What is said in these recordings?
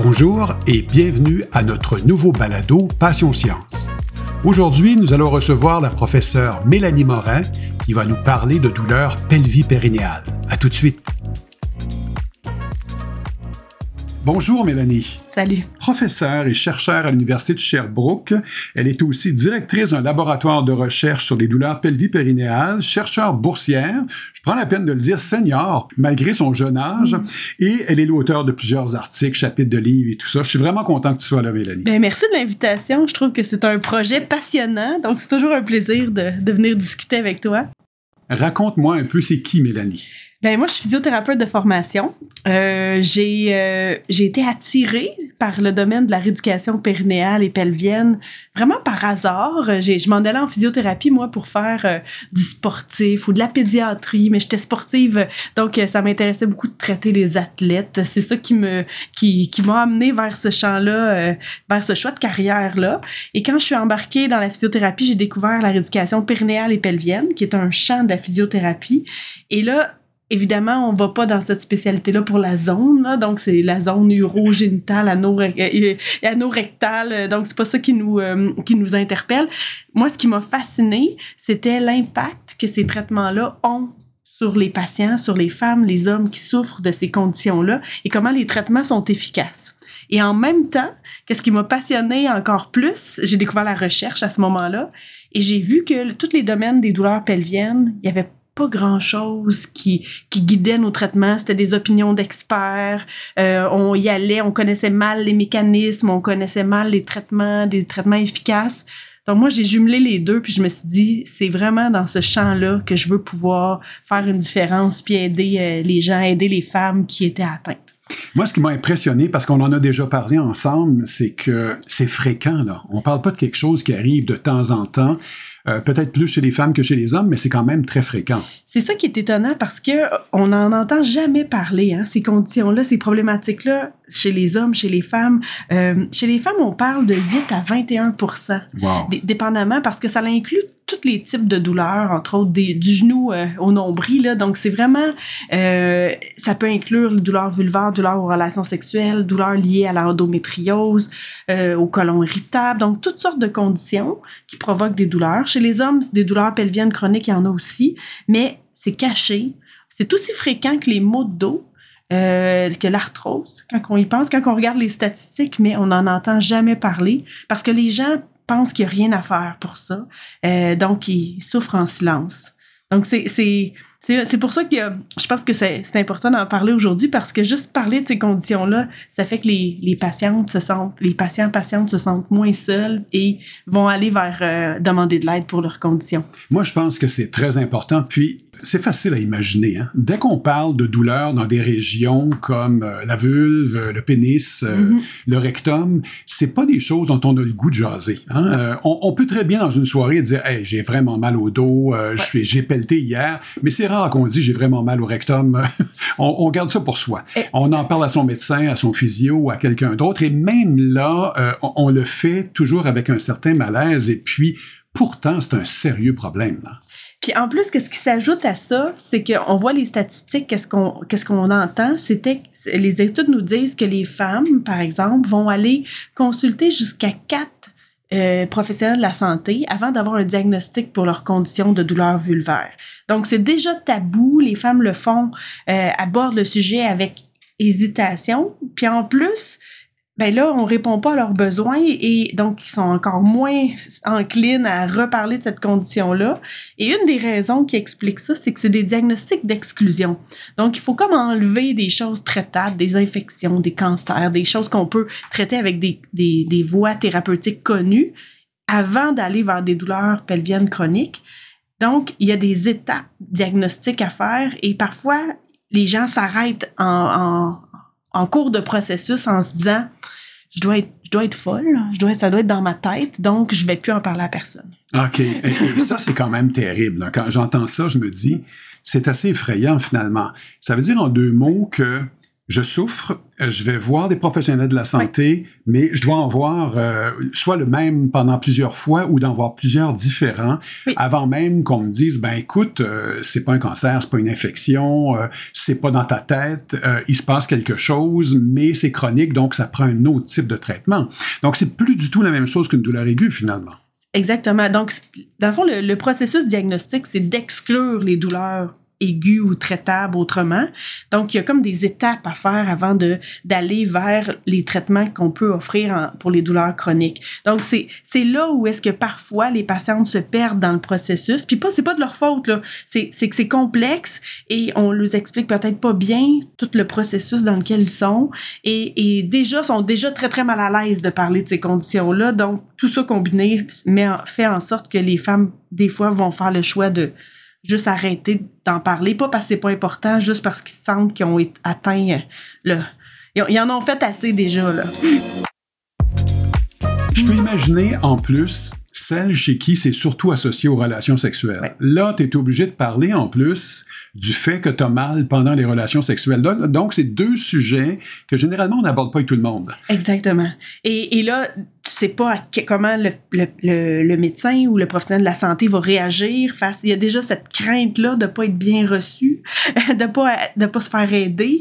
Bonjour et bienvenue à notre nouveau balado Passion Science. Aujourd'hui, nous allons recevoir la professeure Mélanie Morin qui va nous parler de douleurs pelvipérinéales. À tout de suite. Bonjour Mélanie. Salut. Professeure et chercheure à l'Université de Sherbrooke, elle est aussi directrice d'un laboratoire de recherche sur les douleurs pelvipérinéales, chercheure boursière, je prends la peine de le dire senior, malgré son jeune âge, et elle est l'auteure de plusieurs articles, chapitres de livres et tout ça. Je suis vraiment content que tu sois là, Mélanie. Bien, merci de l'invitation. Je trouve que c'est un projet passionnant, donc c'est toujours un plaisir de venir discuter avec toi. Raconte-moi un peu, c'est qui Mélanie? Ben moi, je suis physiothérapeute de formation. J'ai été attirée par le domaine de la rééducation périnéale et pelvienne vraiment par hasard. Je m'en allais en physiothérapie, moi, pour faire du sportif ou de la pédiatrie, mais j'étais sportive, donc ça m'intéressait beaucoup de traiter les athlètes. C'est ça qui m'a amenée vers ce champ-là, vers ce choix de carrière-là. Et quand je suis embarquée dans la physiothérapie, j'ai découvert la rééducation périnéale et pelvienne, qui est un champ de la physiothérapie. Et là, évidemment, on ne va pas dans cette spécialité-là pour la zone, là, donc c'est la zone urogénitale, anorectale, donc c'est pas ça qui nous interpelle. Moi, ce qui m'a fascinée, c'était l'impact que ces traitements-là ont sur les patients, sur les femmes, les hommes qui souffrent de ces conditions-là et comment les traitements sont efficaces. Et en même temps, qu'est-ce qui m'a passionnée encore plus, j'ai découvert la recherche à ce moment-là et j'ai vu que tous les domaines des douleurs pelviennes, il y avait pas grand-chose qui guidait nos traitements. C'était des opinions d'experts. On y allait, on connaissait mal les mécanismes, on connaissait mal des traitements efficaces. Donc moi, j'ai jumelé les deux, puis je me suis dit, c'est vraiment dans ce champ-là que je veux pouvoir faire une différence, puis aider les gens, aider les femmes qui étaient atteintes. Moi, ce qui m'a impressionné, parce qu'on en a déjà parlé ensemble, c'est que c'est fréquent, là. On parle pas de quelque chose qui arrive de temps en temps. Peut-être plus chez les femmes que chez les hommes, mais c'est quand même très fréquent. C'est ça qui est étonnant parce que on n'en entend jamais parler, ces conditions-là, ces problématiques-là, chez les hommes, chez les femmes. Chez les femmes, on parle de 8 à 21%, wow. Dépendamment, parce que ça inclut tous les types de douleurs, entre autres du genou au nombril. Là. Donc, c'est vraiment... ça peut inclure les douleurs vulvaires, douleurs aux relations sexuelles, douleurs liées à l'endométriose, au côlon irritable. Donc, toutes sortes de conditions qui provoquent des douleurs. Chez les hommes, des douleurs pelviennes chroniques, il y en a aussi, mais c'est caché. C'est aussi fréquent que les maux de dos, que l'arthrose, quand on y pense, quand on regarde les statistiques, mais on n'en entend jamais parler parce que les gens pensent qu'il n'y a rien à faire pour ça. Donc, ils souffrent en silence. Donc, c'est pour ça que je pense que c'est important d'en parler aujourd'hui parce que juste parler de ces conditions-là, ça fait que les patients patientes se sentent moins seuls et vont aller vers demander de l'aide pour leurs conditions. Moi, je pense que c'est très important. Puis, c'est facile à imaginer. Hein? Dès qu'on parle de douleurs dans des régions comme la vulve, le pénis, le rectum, c'est pas des choses dont on a le goût de jaser. Hein? On peut très bien dans une soirée dire « Hey, j'ai vraiment mal au dos, j'ai pelleté hier », mais c'est rare qu'on dise « J'ai vraiment mal au rectum ». On garde ça pour soi. On en parle à son médecin, à son physio ou à quelqu'un d'autre. Et même là, on le fait toujours avec un certain malaise. Et puis, pourtant, c'est un sérieux problème, là. Puis en plus, qu'est-ce qui s'ajoute à ça, c'est qu'on voit les statistiques, qu'est-ce qu'on entend, les études nous disent que les femmes, par exemple, vont aller consulter jusqu'à 4 professionnels de la santé avant d'avoir un diagnostic pour leur condition de douleur vulvaire. Donc, c'est déjà tabou, les femmes le font, abordent le sujet avec hésitation, puis en plus... Ben là, on répond pas à leurs besoins et donc ils sont encore moins enclines à reparler de cette condition-là. Et une des raisons qui explique ça, c'est que c'est des diagnostics d'exclusion. Donc, il faut comme enlever des choses traitables, des infections, des cancers, des choses qu'on peut traiter avec des voies thérapeutiques connues avant d'aller vers des douleurs pelviennes chroniques. Donc, il y a des étapes diagnostiques à faire et parfois, les gens s'arrêtent en cours de processus en se disant je dois être folle, ça doit être dans ma tête, donc je vais plus en parler à personne. OK. Et ça, c'est quand même terrible. Quand j'entends ça, je me dis, c'est assez effrayant finalement. Ça veut dire en 2 mots que je souffre, je vais voir des professionnels de la santé, mais je dois en voir soit le même pendant plusieurs fois ou d'en voir plusieurs différents avant même qu'on me dise, ben écoute, c'est pas un cancer, c'est pas une infection, c'est pas dans ta tête, il se passe quelque chose, mais c'est chronique, donc ça prend un autre type de traitement. Donc c'est plus du tout la même chose qu'une douleur aiguë finalement. Exactement. Donc, dans le fond, le processus diagnostique, c'est d'exclure les douleurs aiguës ou traitables autrement. Donc, il y a comme des étapes à faire avant d'aller vers les traitements qu'on peut offrir pour les douleurs chroniques. Donc, c'est là où est-ce que parfois les patientes se perdent dans le processus. Puis c'est pas de leur faute, là. C'est que c'est complexe et on leur explique peut-être pas bien tout le processus dans lequel ils sont et sont déjà très, très mal à l'aise de parler de ces conditions-là. Donc, tout ça combiné fait en sorte que les femmes, des fois, vont faire le choix de juste arrêter d'en parler, pas parce que c'est pas important, juste parce qu'ils sentent qu'ils ont atteint ils en ont fait assez déjà, là. Je peux imaginer, en plus, celles chez qui c'est surtout associé aux relations sexuelles. Ouais. Là, tu es obligé de parler, en plus, du fait que tu as mal pendant les relations sexuelles. Donc, c'est deux sujets que, généralement, on n'aborde pas avec tout le monde. Exactement. Et là, tu sais pas comment le médecin ou le professionnel de la santé va réagir face... Il y a déjà cette crainte-là de pas être bien reçu, de pas se faire aider.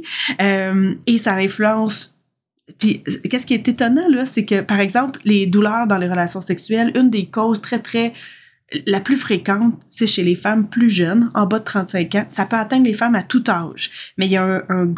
Et ça influence... Puis, qu'est-ce qui est étonnant, là, c'est que, par exemple, les douleurs dans les relations sexuelles, une des causes la plus fréquente, c'est chez les femmes plus jeunes, en bas de 35 ans. Ça peut atteindre les femmes à tout âge. Mais il y a une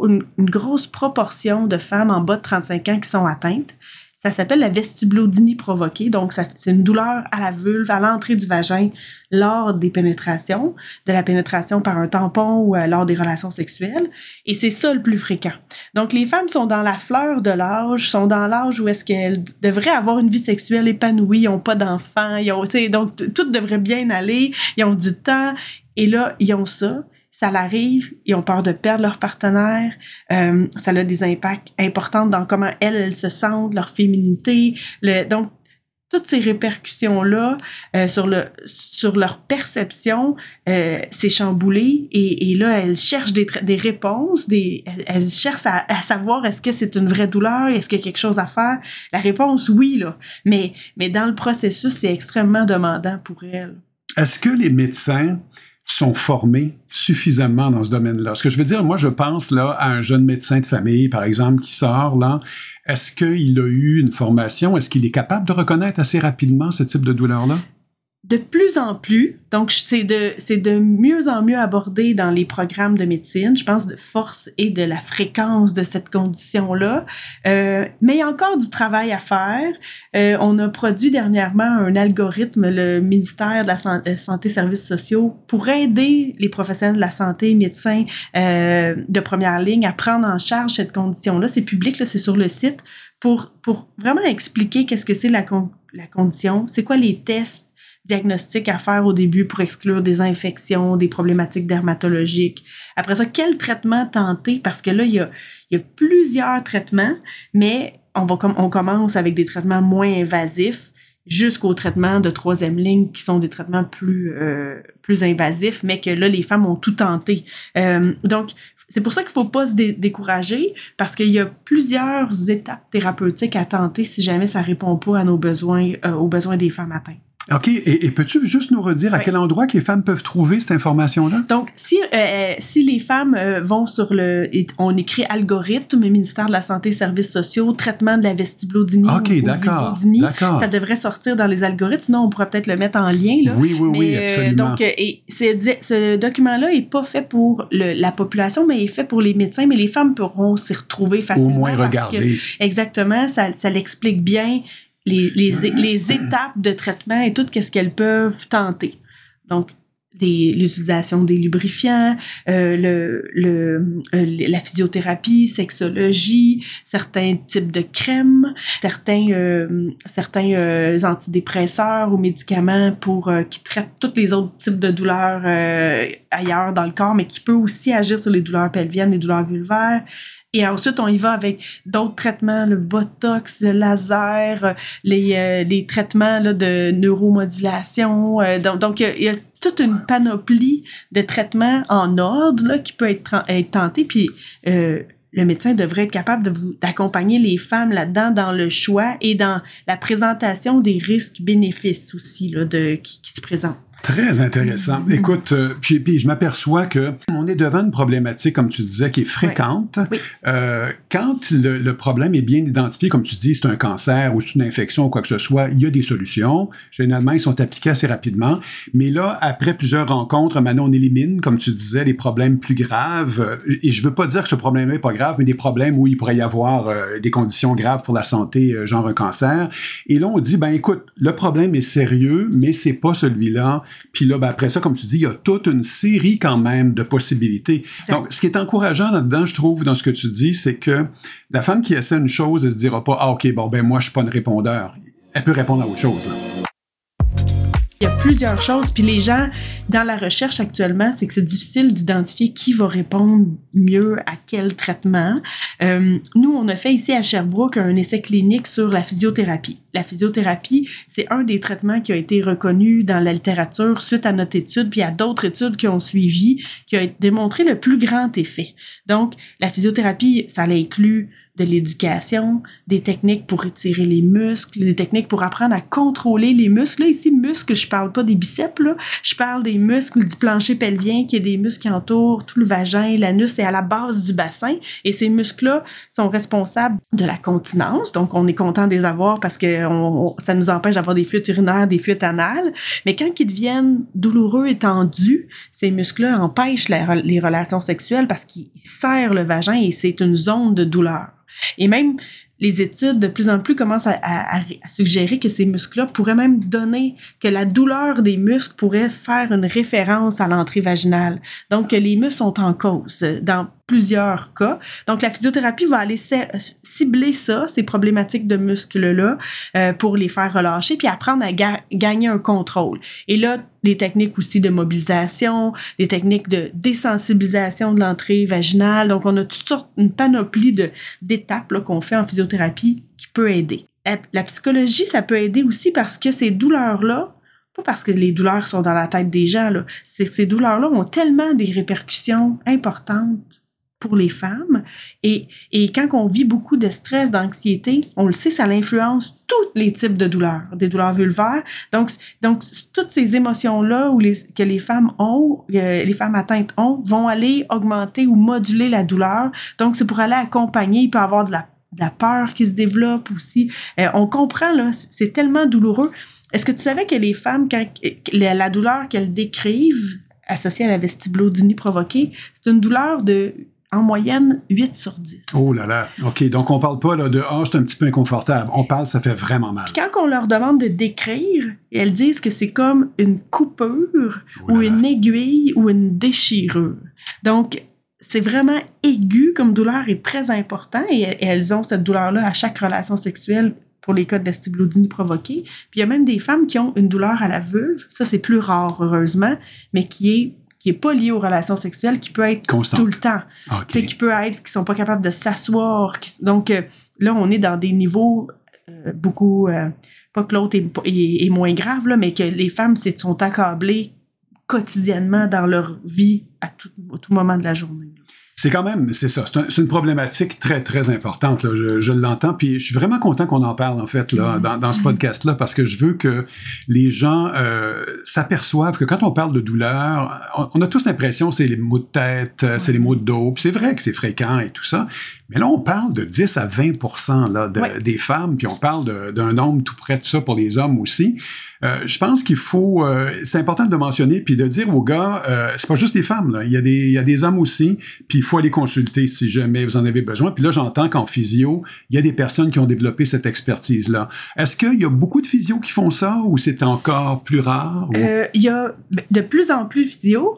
grosse proportion de femmes en bas de 35 ans qui sont atteintes. Ça s'appelle la vestibulodynie provoquée. Donc, c'est une douleur à la vulve, à l'entrée du vagin, lors des pénétrations, de la pénétration par un tampon ou lors des relations sexuelles. Et c'est ça le plus fréquent. Donc, les femmes sont dans la fleur de l'âge, sont dans l'âge où est-ce qu'elles devraient avoir une vie sexuelle épanouie, ils n'ont pas d'enfants, donc tout devrait bien aller, ils ont du temps. Et là, ils ont ça. Ça l'arrive, ils ont peur de perdre leur partenaire, ça a des impacts importants dans comment elles se sentent, leur féminité. Donc, toutes ces répercussions-là sur leur perception, c'est chamboulé. Et là, elles cherchent des réponses, elles cherchent à savoir est-ce que c'est une vraie douleur, est-ce qu'il y a quelque chose à faire. La réponse, oui, là. Mais dans le processus, c'est extrêmement demandant pour elles. Est-ce que les médecins sont formés suffisamment dans ce domaine-là? Ce que je veux dire, moi, je pense là à un jeune médecin de famille, par exemple, qui sort là. Est-ce qu'il a eu une formation? Est-ce qu'il est capable de reconnaître assez rapidement ce type de douleur-là? De plus en plus, donc c'est de mieux en mieux abordé dans les programmes de médecine, je pense, de force et de la fréquence de cette condition-là. Mais il y a encore du travail à faire. On a produit dernièrement un algorithme, le ministère de la Santé et Services sociaux, pour aider les professionnels de la santé, médecins de première ligne à prendre en charge cette condition-là. C'est public, là, c'est sur le site, pour vraiment expliquer qu'est-ce que c'est la condition, c'est quoi les tests diagnostic à faire au début pour exclure des infections, des problématiques dermatologiques. Après ça, quel traitement tenter? Parce que là, il y a plusieurs traitements, mais on commence avec des traitements moins invasifs jusqu'aux traitements de troisième ligne qui sont des traitements plus invasifs, mais que là, les femmes ont tout tenté. Donc, c'est pour ça qu'il ne faut pas se décourager parce qu'il y a plusieurs étapes thérapeutiques à tenter si jamais ça ne répond pas à nos besoins, aux besoins des femmes atteintes. OK. Et peux-tu juste nous redire à quel endroit que les femmes peuvent trouver cette information-là? Donc, si les femmes vont sur on écrit algorithme, ministère de la Santé et Services sociaux, traitement de la vestibulodynie ou d'accord. Ça devrait sortir dans les algorithmes. Sinon, on pourrait peut-être le mettre en lien. Là. Oui, absolument. Donc, ce document-là n'est pas fait pour la population, mais il est fait pour les médecins. Mais les femmes pourront s'y retrouver facilement. Au moins regarder. Exactement. Ça l'explique bien. Les étapes de traitement et tout ce qu'elles peuvent tenter. Donc, l'utilisation des lubrifiants, la physiothérapie, sexologie, certains types de crèmes, certains antidépresseurs ou médicaments qui traitent tous les autres types de douleurs ailleurs dans le corps, mais qui peut aussi agir sur les douleurs pelviennes, les douleurs vulvaires. Et ensuite, on y va avec d'autres traitements, le botox, le laser, les traitements là, de neuromodulation. Donc, il y a toute une panoplie de traitements en ordre là, qui peut être tenté. Puis, le médecin devrait être capable d'accompagner les femmes là-dedans dans le choix et dans la présentation des risques-bénéfices aussi là, qui se présentent. Très intéressant. Écoute, puis je m'aperçois que on est devant une problématique, comme tu disais, qui est fréquente. Oui. Quand le problème est bien identifié, comme tu dis, c'est un cancer ou c'est une infection ou quoi que ce soit, il y a des solutions. Généralement, ils sont appliqués assez rapidement. Mais là, après plusieurs rencontres, maintenant, on élimine, comme tu disais, les problèmes plus graves. Et je veux pas dire que ce problème-là est pas grave, mais des problèmes où il pourrait y avoir des conditions graves pour la santé, genre un cancer. Et là, on dit, ben écoute, le problème est sérieux, mais c'est pas celui-là. Puis là, ben après ça, comme tu dis, il y a toute une série quand même de possibilités. Exact. Donc, ce qui est encourageant là-dedans, je trouve, dans ce que tu dis, c'est que la femme qui essaie une chose, elle se dira pas « Ah, OK, bon, ben moi, je suis pas une répondeur. » Elle peut répondre à autre chose, là. Il y a plusieurs choses, puis les gens, dans la recherche actuellement, c'est que c'est difficile d'identifier qui va répondre mieux à quel traitement. Nous, on a fait ici à Sherbrooke un essai clinique sur la physiothérapie. La physiothérapie, c'est un des traitements qui a été reconnu dans la littérature suite à notre étude, puis à d'autres études qui ont suivi, qui a démontré le plus grand effet. Donc, la physiothérapie, ça inclut de l'éducation, des techniques pour étirer les muscles, des techniques pour apprendre à contrôler les muscles. Là, ici, muscles, je parle pas des biceps, là. Je parle des muscles du plancher pelvien, qui est des muscles qui entourent tout le vagin, l'anus et à la base du bassin. Et ces muscles-là sont responsables de la continence. Donc, on est content de les avoir parce que ça nous empêche d'avoir des fuites urinaires, des fuites anales. Mais quand ils deviennent douloureux et tendus, ces muscles-là empêchent les relations sexuelles parce qu'ils serrent le vagin et c'est une zone de douleur. Et même les études de plus en plus commencent à suggérer que ces muscles-là pourraient même donner que la douleur des muscles pourrait faire une référence à l'entrée vaginale. Donc, que les muscles sont en cause dans plusieurs cas. Donc, la physiothérapie va aller cibler ça, ces problématiques de muscles-là, pour les faire relâcher, puis apprendre à gagner un contrôle. Et là, les techniques aussi de mobilisation, les techniques de désensibilisation de l'entrée vaginale. Donc, on a toutes sortes, une panoplie d'étapes là, qu'on fait en physiothérapie qui peut aider. La psychologie, ça peut aider aussi parce que ces douleurs-là, pas parce que les douleurs sont dans la tête des gens, là, c'est que ces douleurs-là ont tellement des répercussions importantes pour les femmes. Et quand on vit beaucoup de stress, d'anxiété, on le sait, ça influence tous les types de douleurs, des douleurs vulvaires. Donc toutes ces émotions-là que les femmes ont, les femmes atteintes ont, vont aller augmenter ou moduler la douleur. Donc, c'est pour aller accompagner. Il peut y avoir de la peur qui se développe aussi. On comprend, là, c'est tellement douloureux. Est-ce que tu savais que les femmes, quand la douleur qu'elles décrivent, associée à la vestibulodynie provoquée, c'est une douleur de en moyenne, 8 sur 10. Oh là là. OK, donc on parle pas là, de « Ah, c'est un petit peu inconfortable ». On parle, ça fait vraiment mal. Puis quand on leur demande de décrire, elles disent que c'est comme une coupure ou une aiguille ou une déchirure. Donc, c'est vraiment aigu comme douleur et très important. Et elles ont cette douleur-là à chaque relation sexuelle pour les cas de vestibulodynie provoquée. Puis il y a même des femmes qui ont une douleur à la vulve. Ça, c'est plus rare, heureusement, mais qui est pas lié aux relations sexuelles, qui peut être constant. Tout le temps. Okay. Qui peut être, qui sont pas capables de s'asseoir. Donc, là, on est dans des niveaux beaucoup, pas que l'autre est moins grave, là, mais que les femmes sont accablées quotidiennement dans leur vie à tout moment de la journée. C'est quand même, c'est ça, c'est une problématique très, très importante, là, je l'entends, puis je suis vraiment content qu'on en parle, en fait, là, dans ce podcast-là, parce que je veux que les gens s'aperçoivent que quand on parle de douleur, on a tous l'impression que c'est les maux de tête, c'est les maux de dos, puis c'est vrai que c'est fréquent et tout ça, mais là, on parle de 10 à 20% là, des femmes, puis on parle d'un nombre tout près de ça pour les hommes aussi. Je pense qu'il faut, c'est important de le mentionner, puis de dire aux gars, c'est pas juste les femmes, là. Il y a des hommes aussi, puis il faut aller consulter si jamais vous en avez besoin. Puis là, j'entends qu'en physio, il y a des personnes qui ont développé cette expertise-là. Est-ce qu'il y a beaucoup de physios qui font ça, ou c'est encore plus rare? Ou... Il y a de plus en plus de physios.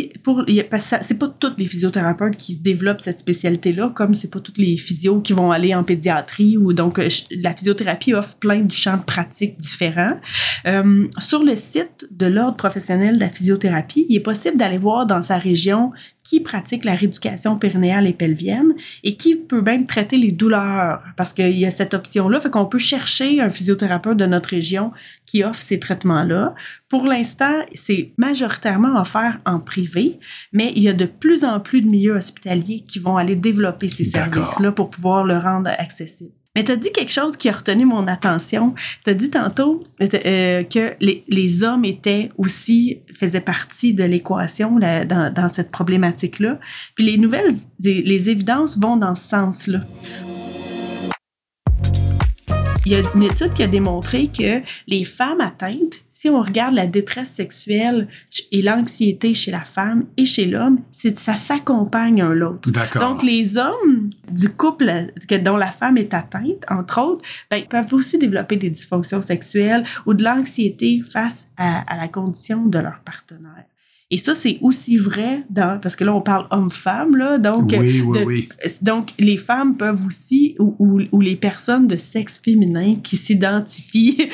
C'est pas tous les physiothérapeutes qui se développent cette spécialité-là, comme c'est pas tous les physios qui vont aller en pédiatrie, ou donc la physiothérapie offre plein de champs de pratique différents. Sur le site de l'Ordre professionnel de la physiothérapie, il est possible d'aller voir dans sa région qui pratique la rééducation périnéale et pelvienne et qui peut même traiter les douleurs parce qu'il y a cette option-là. Fait qu'on peut chercher un physiothérapeute de notre région qui offre ces traitements-là. Pour l'instant, c'est majoritairement offert en privé, mais il y a de plus en plus de milieux hospitaliers qui vont aller développer ces services-là pour pouvoir le rendre accessible. Mais tu as dit quelque chose qui a retenu mon attention. Tu as dit tantôt que les hommes faisaient partie de l'équation dans cette problématique-là. Puis les évidences vont dans ce sens-là. Il y a une étude qui a démontré que les femmes atteintes, si on regarde la détresse sexuelle et l'anxiété chez la femme et chez l'homme, ça s'accompagne un l'autre. D'accord. Donc, les hommes du couple dont la femme est atteinte, entre autres, peuvent aussi développer des dysfonctions sexuelles ou de l'anxiété face à la condition de leur partenaire. Et ça, c'est aussi vrai parce que là, on parle homme-femme, là. Donc, oui. Donc, les femmes peuvent aussi, ou les personnes de sexe féminin qui s'identifient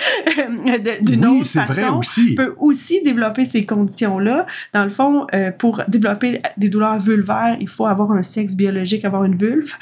d'une autre façon, peuvent aussi développer ces conditions-là. Dans le fond, pour développer des douleurs vulvaires, il faut avoir un sexe biologique, avoir une vulve.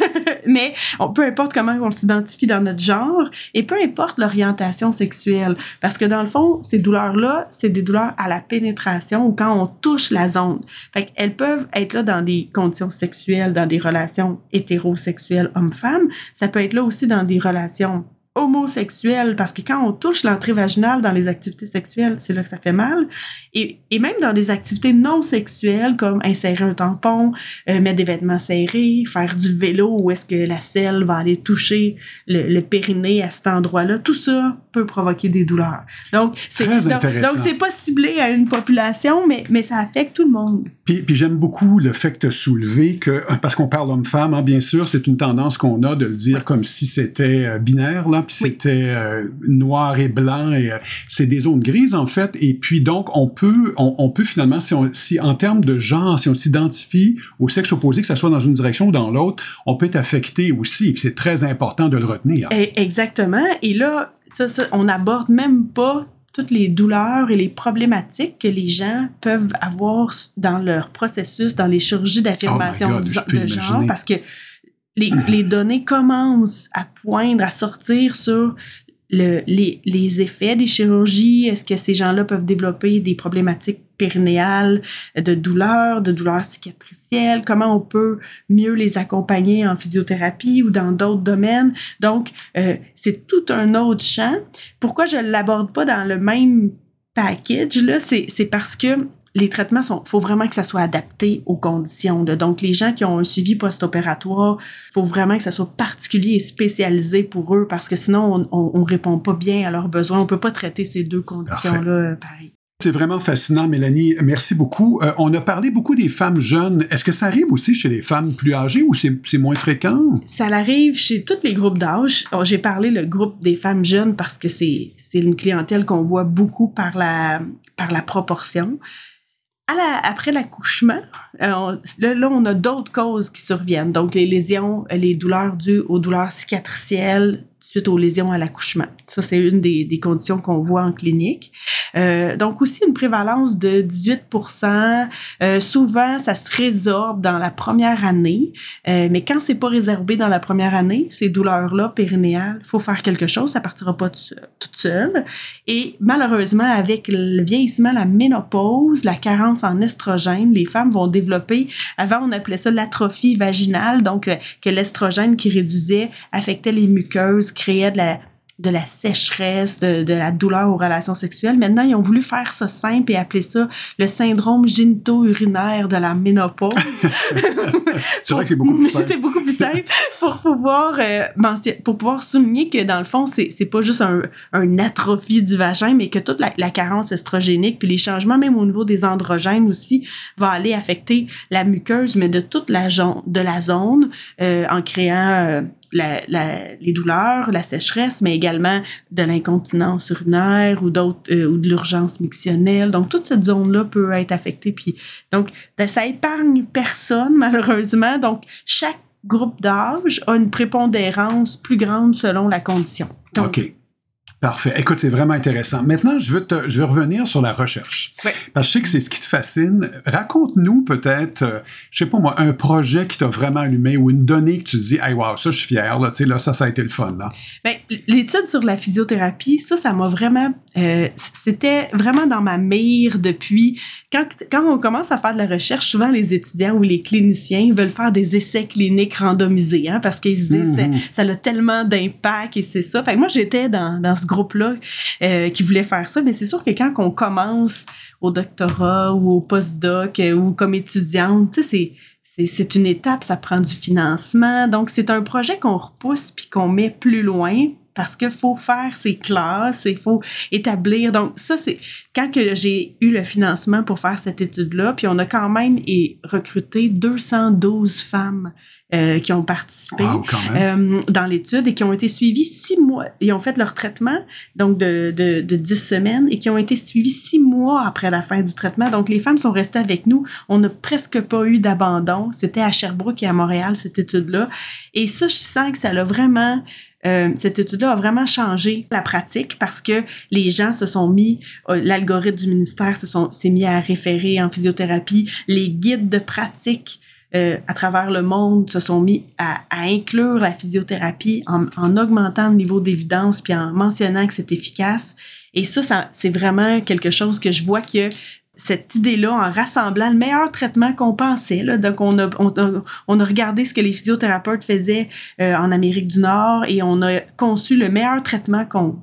Mais peu importe comment on s'identifie dans notre genre et peu importe l'orientation sexuelle. Parce que dans le fond, ces douleurs-là, c'est des douleurs à la pénétration ou quand on touche la zone. Fait qu'elles peuvent être là dans des conditions sexuelles, dans des relations hétérosexuelles homme-femme. Ça peut être là aussi dans des relations homosexuelles, parce que quand on touche l'entrée vaginale dans les activités sexuelles, c'est là que ça fait mal. Et même dans des activités non sexuelles, comme insérer un tampon, mettre des vêtements serrés, faire du vélo, où est-ce que la selle va aller toucher le périnée à cet endroit-là, tout ça peut provoquer des douleurs. Donc, c'est pas ciblé à une population, mais ça affecte tout le monde. Puis j'aime beaucoup le fait que tu as soulevé que, parce qu'on parle homme-femme, hein, bien sûr, c'est une tendance qu'on a de le dire comme si c'était binaire, là, puis c'était noir et blanc, et c'est des zones grises, en fait, et puis donc, on peut finalement, si en termes de genre, si on s'identifie au sexe opposé, que ce soit dans une direction ou dans l'autre, on peut être affecté aussi, puis c'est très important de le retenir. Exactement, et là, on n'aborde même pas toutes les douleurs et les problématiques que les gens peuvent avoir dans leur processus, dans les chirurgies d'affirmation de genre, parce que les données commencent à poindre, à sortir sur les effets des chirurgies. Est-ce que ces gens-là peuvent développer des problématiques périnéales, de douleurs cicatricielles? Comment on peut mieux les accompagner en physiothérapie ou dans d'autres domaines? Donc, c'est tout un autre champ. Pourquoi je ne l'aborde pas dans le même package, là? C'est parce que les traitements, faut vraiment que ça soit adapté aux conditions. Donc, les gens qui ont un suivi post-opératoire, faut vraiment que ça soit particulier et spécialisé pour eux parce que sinon, on répond pas bien à leurs besoins. On peut pas traiter ces deux conditions-là pareil. C'est vraiment fascinant, Mélanie. Merci beaucoup. On a parlé beaucoup des femmes jeunes. Est-ce que ça arrive aussi chez les femmes plus âgées ou c'est moins fréquent? Ça arrive chez tous les groupes d'âge. J'ai parlé le groupe des femmes jeunes parce que c'est une clientèle qu'on voit beaucoup par la proportion. Après l'accouchement, là, on a d'autres causes qui surviennent. Donc, les lésions, les douleurs dues aux douleurs cicatricielles suite aux lésions à l'accouchement. Ça, c'est une des conditions qu'on voit en clinique. Donc, aussi une prévalence de 18%. Souvent, ça se résorbe dans la première année. Mais quand c'est pas résorbé dans la première année, ces douleurs-là périnéales, il faut faire quelque chose. Ça partira pas toute seule. Et malheureusement, avec le vieillissement, la ménopause, la carence en estrogène, les femmes vont développer, avant on appelait ça l'atrophie vaginale, donc que l'estrogène qui réduisait affectait les muqueuses, créait de la sécheresse, de la douleur aux relations sexuelles. Maintenant, ils ont voulu faire ça simple et appeler ça le syndrome génito-urinaire de la ménopause. C'est vrai que c'est beaucoup plus simple. C'est beaucoup plus simple pour pouvoir souligner que, dans le fond, c'est pas juste un atrophie du vagin, mais que toute la carence estrogénique puis les changements, même au niveau des androgènes aussi, va aller affecter la muqueuse, mais de toute la zone en créant les douleurs, la sécheresse, mais également de l'incontinence urinaire ou de l'urgence mictionnelle. Donc, toute cette zone-là peut être affectée. Puis, donc, ça épargne personne, malheureusement. Donc, chaque groupe d'âge a une prépondérance plus grande selon la condition. Donc, OK. Parfait. Écoute, c'est vraiment intéressant. Maintenant, je veux revenir sur la recherche. Oui. Parce que je sais que c'est ce qui te fascine. Raconte-nous peut-être, je sais pas moi, un projet qui t'a vraiment allumé ou une donnée que tu te dis, hey, wow, ça, je suis fier, là, tu sais, là, ça a été le fun, là. Bien, l'étude sur la physiothérapie, ça m'a vraiment, c'était vraiment dans ma mire depuis, quand on commence à faire de la recherche, souvent les étudiants ou les cliniciens veulent faire des essais cliniques randomisés, hein, parce qu'ils se disent, ça a tellement d'impact et c'est ça. Fait que moi, j'étais dans ce groupe-là qui voulait faire ça, mais c'est sûr que quand on commence au doctorat ou au postdoc ou comme étudiante, tu sais, c'est une étape, ça prend du financement. Donc, c'est un projet qu'on repousse puis qu'on met plus loin parce qu'il faut faire ses classes, il faut établir. Donc, ça, c'est quand que j'ai eu le financement pour faire cette étude-là, puis on a quand même recruté 212 femmes qui ont participé dans l'étude et qui ont été suivies 6 mois. Ils ont fait leur traitement, donc de 10 semaines, et qui ont été suivies 6 mois après la fin du traitement. Donc, les femmes sont restées avec nous. On n'a presque pas eu d'abandon. C'était à Sherbrooke et à Montréal, cette étude-là. Et ça, je sens que ça l'a vraiment... cette étude-là a vraiment changé la pratique parce que les gens se sont mis, l'algorithme du ministère s'est mis à référer en physiothérapie, les guides de pratique à travers le monde se sont mis à inclure la physiothérapie en augmentant le niveau d'évidence puis en mentionnant que c'est efficace. Et ça, c'est vraiment quelque chose que je vois que cette idée-là, en rassemblant le meilleur traitement qu'on pensait, là, donc on a regardé ce que les physiothérapeutes faisaient en Amérique du Nord et on a conçu le meilleur traitement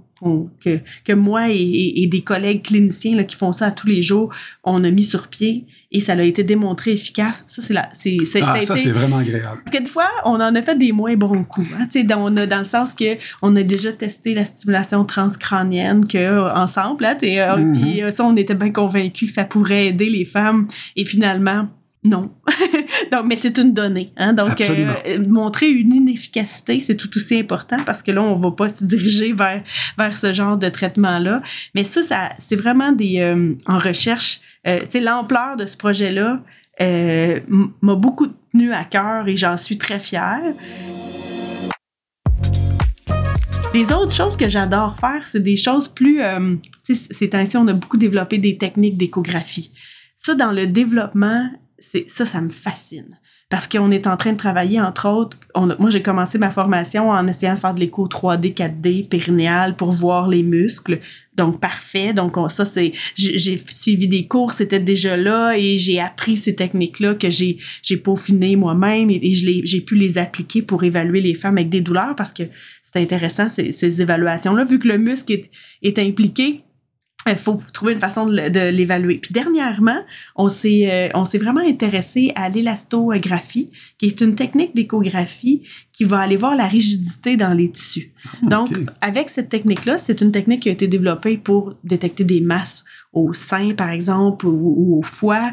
que moi et des collègues cliniciens là, qui font ça tous les jours, on a mis sur pied et ça a été démontré efficace. Ça, c'est vraiment agréable. Parce que des fois, on en a fait des moins bons coups. Hein, dans le sens que on a déjà testé la stimulation transcrânienne ensemble. Hein, puis ça, on était bien convaincus que ça pourrait aider les femmes et finalement, non. Donc, mais c'est une donnée. Hein? Donc, montrer une inefficacité, c'est tout aussi important parce que là, on ne va pas se diriger vers ce genre de traitement-là. Mais ça c'est vraiment en recherche. L'ampleur de ce projet-là m'a beaucoup tenu à cœur et j'en suis très fière. Les autres choses que j'adore faire, c'est des choses plus... ces temps-ci, on a beaucoup développé des techniques d'échographie. Ça, dans le développement... Ça me fascine. Parce qu'on est en train de travailler, entre autres, moi j'ai commencé ma formation en essayant de faire de l'écho 3D, 4D, périnéal pour voir les muscles. Donc, parfait. Donc, j'ai suivi des cours, c'était déjà là et j'ai appris ces techniques-là que j'ai peaufinées moi-même et j'ai pu les appliquer pour évaluer les femmes avec des douleurs parce que c'est intéressant, ces évaluations-là. Vu que le muscle est impliqué, il faut trouver une façon de l'évaluer. Puis dernièrement, on s'est vraiment intéressé à l'élastographie, qui est une technique d'échographie qui va aller voir la rigidité dans les tissus. Donc, avec cette technique-là, c'est une technique qui a été développée pour détecter des masses au sein, par exemple, ou au foie.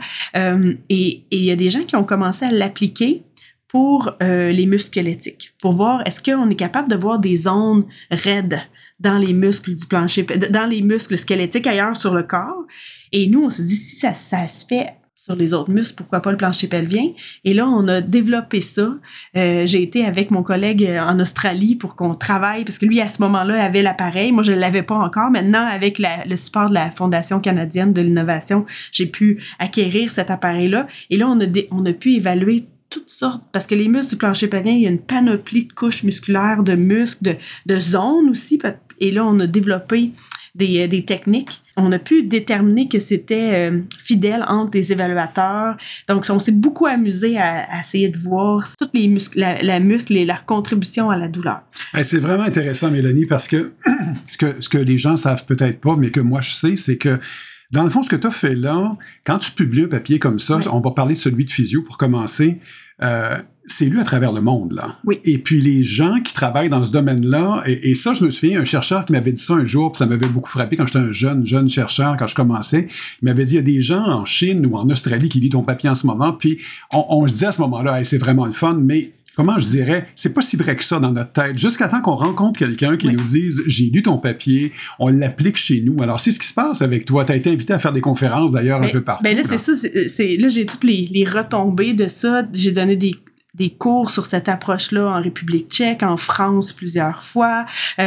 Et il y a des gens qui ont commencé à l'appliquer pour les muscles squelettiques, pour voir est-ce qu'on est capable de voir des zones raides dans les muscles du plancher, dans les muscles squelettiques ailleurs sur le corps. Et nous, on s'est dit, si ça se fait sur les autres muscles, pourquoi pas le plancher pelvien? Et là, on a développé ça. J'ai été avec mon collègue en Australie pour qu'on travaille, parce que lui, à ce moment-là, avait l'appareil. Moi, je ne l'avais pas encore. Maintenant, avec le support de la Fondation canadienne de l'innovation, j'ai pu acquérir cet appareil-là. Et là, on a pu évaluer toutes sortes, parce que les muscles du plancher pelvien, il y a une panoplie de couches musculaires, de muscles, de zones aussi. Et là, on a développé des techniques. On a pu déterminer que c'était fidèle entre les évaluateurs. Donc, on s'est beaucoup amusé à essayer de voir toutes les muscles, la muscle et leur contribution à la douleur. C'est vraiment intéressant, Mélanie, parce que ce que les gens savent peut-être pas, mais que moi je sais, c'est que dans le fond, ce que tu as fait là, quand tu publies un papier comme ça, oui. On va parler de celui de physio pour commencer, c'est lu à travers le monde, là. Oui. Et puis les gens qui travaillent dans ce domaine-là, et ça, je me souviens, un chercheur qui m'avait dit ça un jour, puis ça m'avait beaucoup frappé quand j'étais un jeune chercheur, quand je commençais, il m'avait dit, il y a des gens en Chine ou en Australie qui lisent ton papier en ce moment, puis on se dit à ce moment-là, hey, c'est vraiment le fun, mais comment je dirais, c'est pas si vrai que ça dans notre tête, jusqu'à temps qu'on rencontre quelqu'un qui nous dise, j'ai lu ton papier, on l'applique chez nous. Alors, c'est ce qui se passe avec toi. Tu as été invité à faire des conférences, d'ailleurs, un peu partout. Ben là, c'est ça. Là, j'ai toutes les retombées de ça. J'ai donné des cours sur cette approche-là en République tchèque, en France plusieurs fois.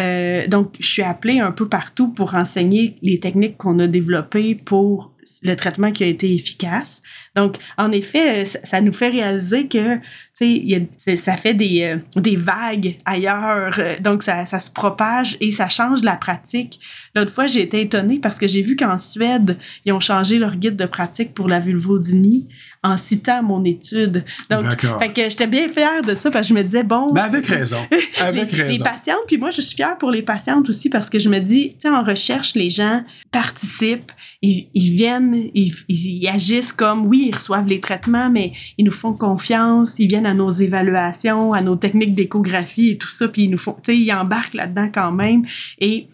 Donc, je suis appelée un peu partout pour enseigner les techniques qu'on a développées pour le traitement qui a été efficace. Donc, en effet, ça nous fait réaliser que, tu sais, ça fait des vagues ailleurs. Donc, ça se propage et ça change la pratique. L'autre fois, j'ai été étonnée parce que j'ai vu qu'en Suède, ils ont changé leur guide de pratique pour la vulvodynie en citant mon étude. Donc, fait que j'étais bien fière de ça parce que je me disais, bon... Mais avec raison. Les patientes, puis moi, je suis fière pour les patientes aussi parce que je me dis, tu sais, en recherche, les gens participent, ils viennent, ils agissent comme, oui, ils reçoivent les traitements, mais ils nous font confiance, ils viennent à nos évaluations, à nos techniques d'échographie et tout ça, puis ils nous font, tu sais, ils embarquent là-dedans quand même. Et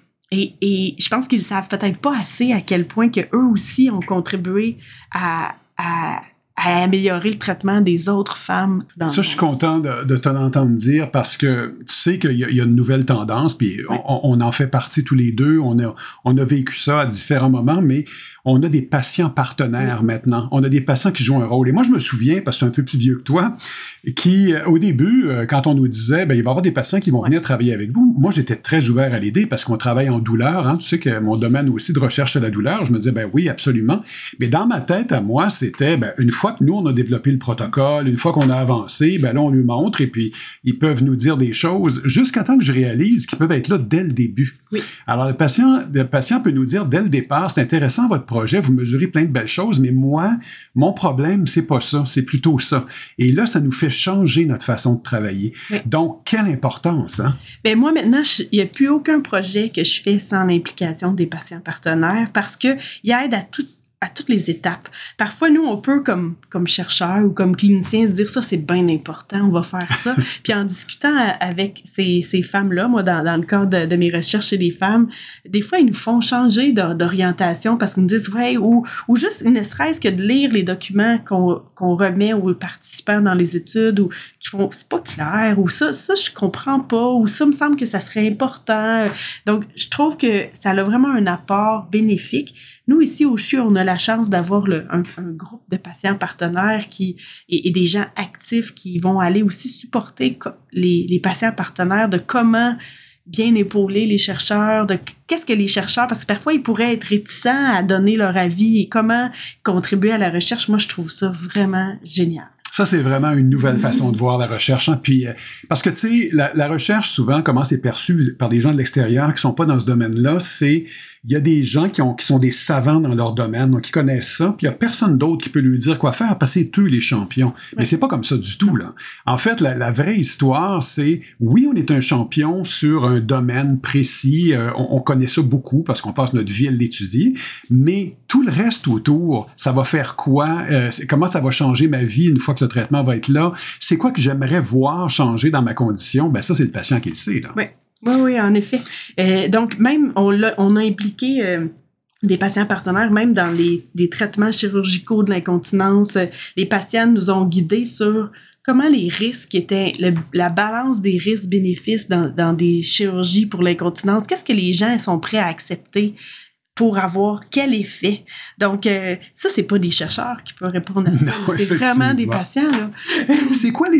je pense qu'ils savent peut-être pas assez à quel point que eux aussi ont contribué à améliorer le traitement des autres femmes. Ça, je suis content de te l'entendre dire parce que tu sais qu'il y a une nouvelle tendance, puis on en fait partie tous les deux. On a vécu ça à différents moments, mais on a des patients partenaires maintenant. On a des patients qui jouent un rôle. Et moi, je me souviens, parce que je suis un peu plus vieux que toi, qui, au début, quand on nous disait, il va y avoir des patients qui vont venir travailler avec vous, moi, j'étais très ouvert à l'idée parce qu'on travaille en douleur. Hein. Tu sais que mon domaine aussi de recherche sur la douleur, je me disais, oui, absolument. Mais dans ma tête, à moi, c'était, une fois que nous, on a développé le protocole, une fois qu'on a avancé, là, on lui montre et puis ils peuvent nous dire des choses jusqu'à temps que je réalise qu'ils peuvent être là dès le début. Oui. Alors, le patient peut nous dire dès le départ, c'est intéressant votre projet, vous mesurez plein de belles choses, mais moi, mon problème, c'est pas ça, c'est plutôt ça. Et là, ça nous fait changer notre façon de travailler. Oui. Donc, quelle importance, hein? Bien, moi, maintenant, il n'y a plus aucun projet que je fais sans l'implication des patients partenaires parce qu'ils aident à toutes les étapes. Parfois, nous, on peut, comme chercheurs ou comme cliniciens, se dire ça, c'est bien important, on va faire ça. Puis en discutant avec ces femmes-là, moi, dans le cadre de mes recherches chez les femmes, des fois, ils nous font changer d'orientation parce qu'ils nous disent, ouais, ou juste, ne serait-ce que de lire les documents qu'on remet aux participants dans les études ou qui font, c'est pas clair, ou ça, je comprends pas, ou ça me semble que ça serait important. Donc, je trouve que ça a vraiment un apport bénéfique. Nous, ici, au CHU, on a la chance d'avoir un groupe de patients partenaires et des gens actifs qui vont aller aussi supporter les patients partenaires de comment bien épauler les chercheurs, de qu'est-ce que les chercheurs, parce que parfois, ils pourraient être réticents à donner leur avis et comment contribuer à la recherche. Moi, je trouve ça vraiment génial. Ça, c'est vraiment une nouvelle façon de voir la recherche. Hein? Puis, parce que, tu sais, la recherche, souvent, comment c'est perçu par des gens de l'extérieur qui sont pas dans ce domaine-là, c'est il y a des gens qui sont des savants dans leur domaine, donc qui connaissent ça, puis il y a personne d'autre qui peut lui dire quoi faire, parce que c'est eux les champions. Oui. Mais c'est pas comme ça du tout, là. En fait, la vraie histoire, c'est, oui, on est un champion sur un domaine précis, on connaît ça beaucoup, parce qu'on passe notre vie à l'étudier, mais tout le reste autour, ça va faire quoi? Comment ça va changer ma vie une fois que le traitement va être là? C'est quoi que j'aimerais voir changer dans ma condition? Ça, c'est le patient qui le sait, là. Oui. Oui, en effet. Donc, même, on a impliqué des patients partenaires, même dans les traitements chirurgicaux de l'incontinence. Les patients nous ont guidés sur comment les risques étaient, la balance des risques-bénéfices dans des chirurgies pour l'incontinence. Qu'est-ce que les gens sont prêts à accepter pour avoir quel effet. Donc, ça, c'est pas des chercheurs qui peuvent répondre à ça. Non, c'est vraiment des patients, là. C'est quoi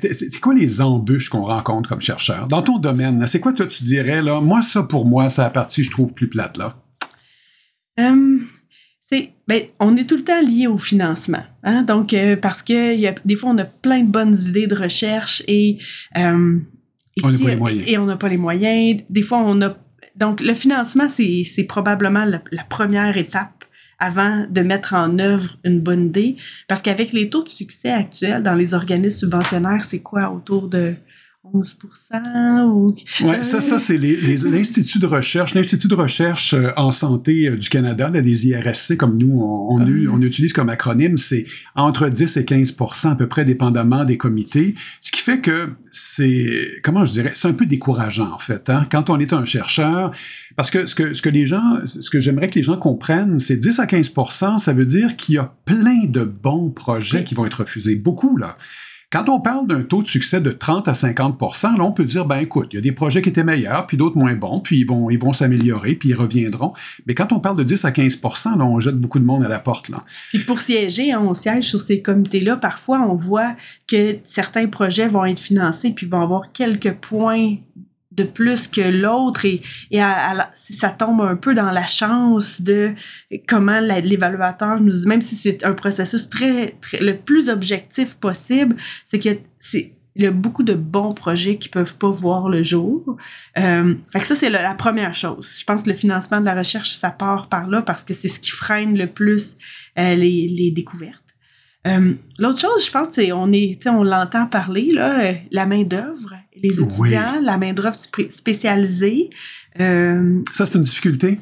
les embûches qu'on rencontre comme chercheurs? Dans ton domaine, là, c'est quoi, toi, tu dirais, là, moi, ça, pour moi, c'est la partie, je trouve, plus plate, là? On est tout le temps lié au financement. Hein? Donc, parce que des fois, on a plein de bonnes idées de recherche et on n'a pas les moyens. Et on n'a pas les moyens. Des fois, donc, le financement, c'est probablement la première étape avant de mettre en œuvre une bonne idée. Parce qu'avec les taux de succès actuels dans les organismes subventionnaires, c'est quoi, autour de 11% ou... Oui, ça c'est l'Institut de recherche en santé du Canada, là, les IRSC, comme nous, on utilise comme acronyme, c'est entre 10 et 15% à peu près, dépendamment des comités. Ce qui fait que c'est un peu décourageant, en fait, hein, quand on est un chercheur, parce que ce que j'aimerais que les gens comprennent, c'est 10 à 15%, ça veut dire qu'il y a plein de bons projets qui vont être refusés. Beaucoup, là. Quand on parle d'un taux de succès de 30 à 50 %, là, on peut dire, ben écoute, il y a des projets qui étaient meilleurs, puis d'autres moins bons, puis ils vont s'améliorer, puis ils reviendront. Mais quand on parle de 10 à 15 %, là, on jette beaucoup de monde à la porte. Là. Puis pour siéger, on siège sur ces comités-là. Parfois, on voit que certains projets vont être financés, puis vont avoir quelques points de plus que l'autre et ça tombe un peu dans la chance de comment l'évaluateur nous dit, même si c'est un processus très, très le plus objectif possible, c'est que il y a beaucoup de bons projets qui peuvent pas voir le jour. Fait que ça, c'est la première chose. Je pense que le financement de la recherche, ça part par là parce que c'est ce qui freine le plus les découvertes. L'autre chose, je pense, c'est on l'entend parler, là, la main-d'œuvre, les étudiants, la main-d'œuvre spécialisée. Ça, c'est une difficulté?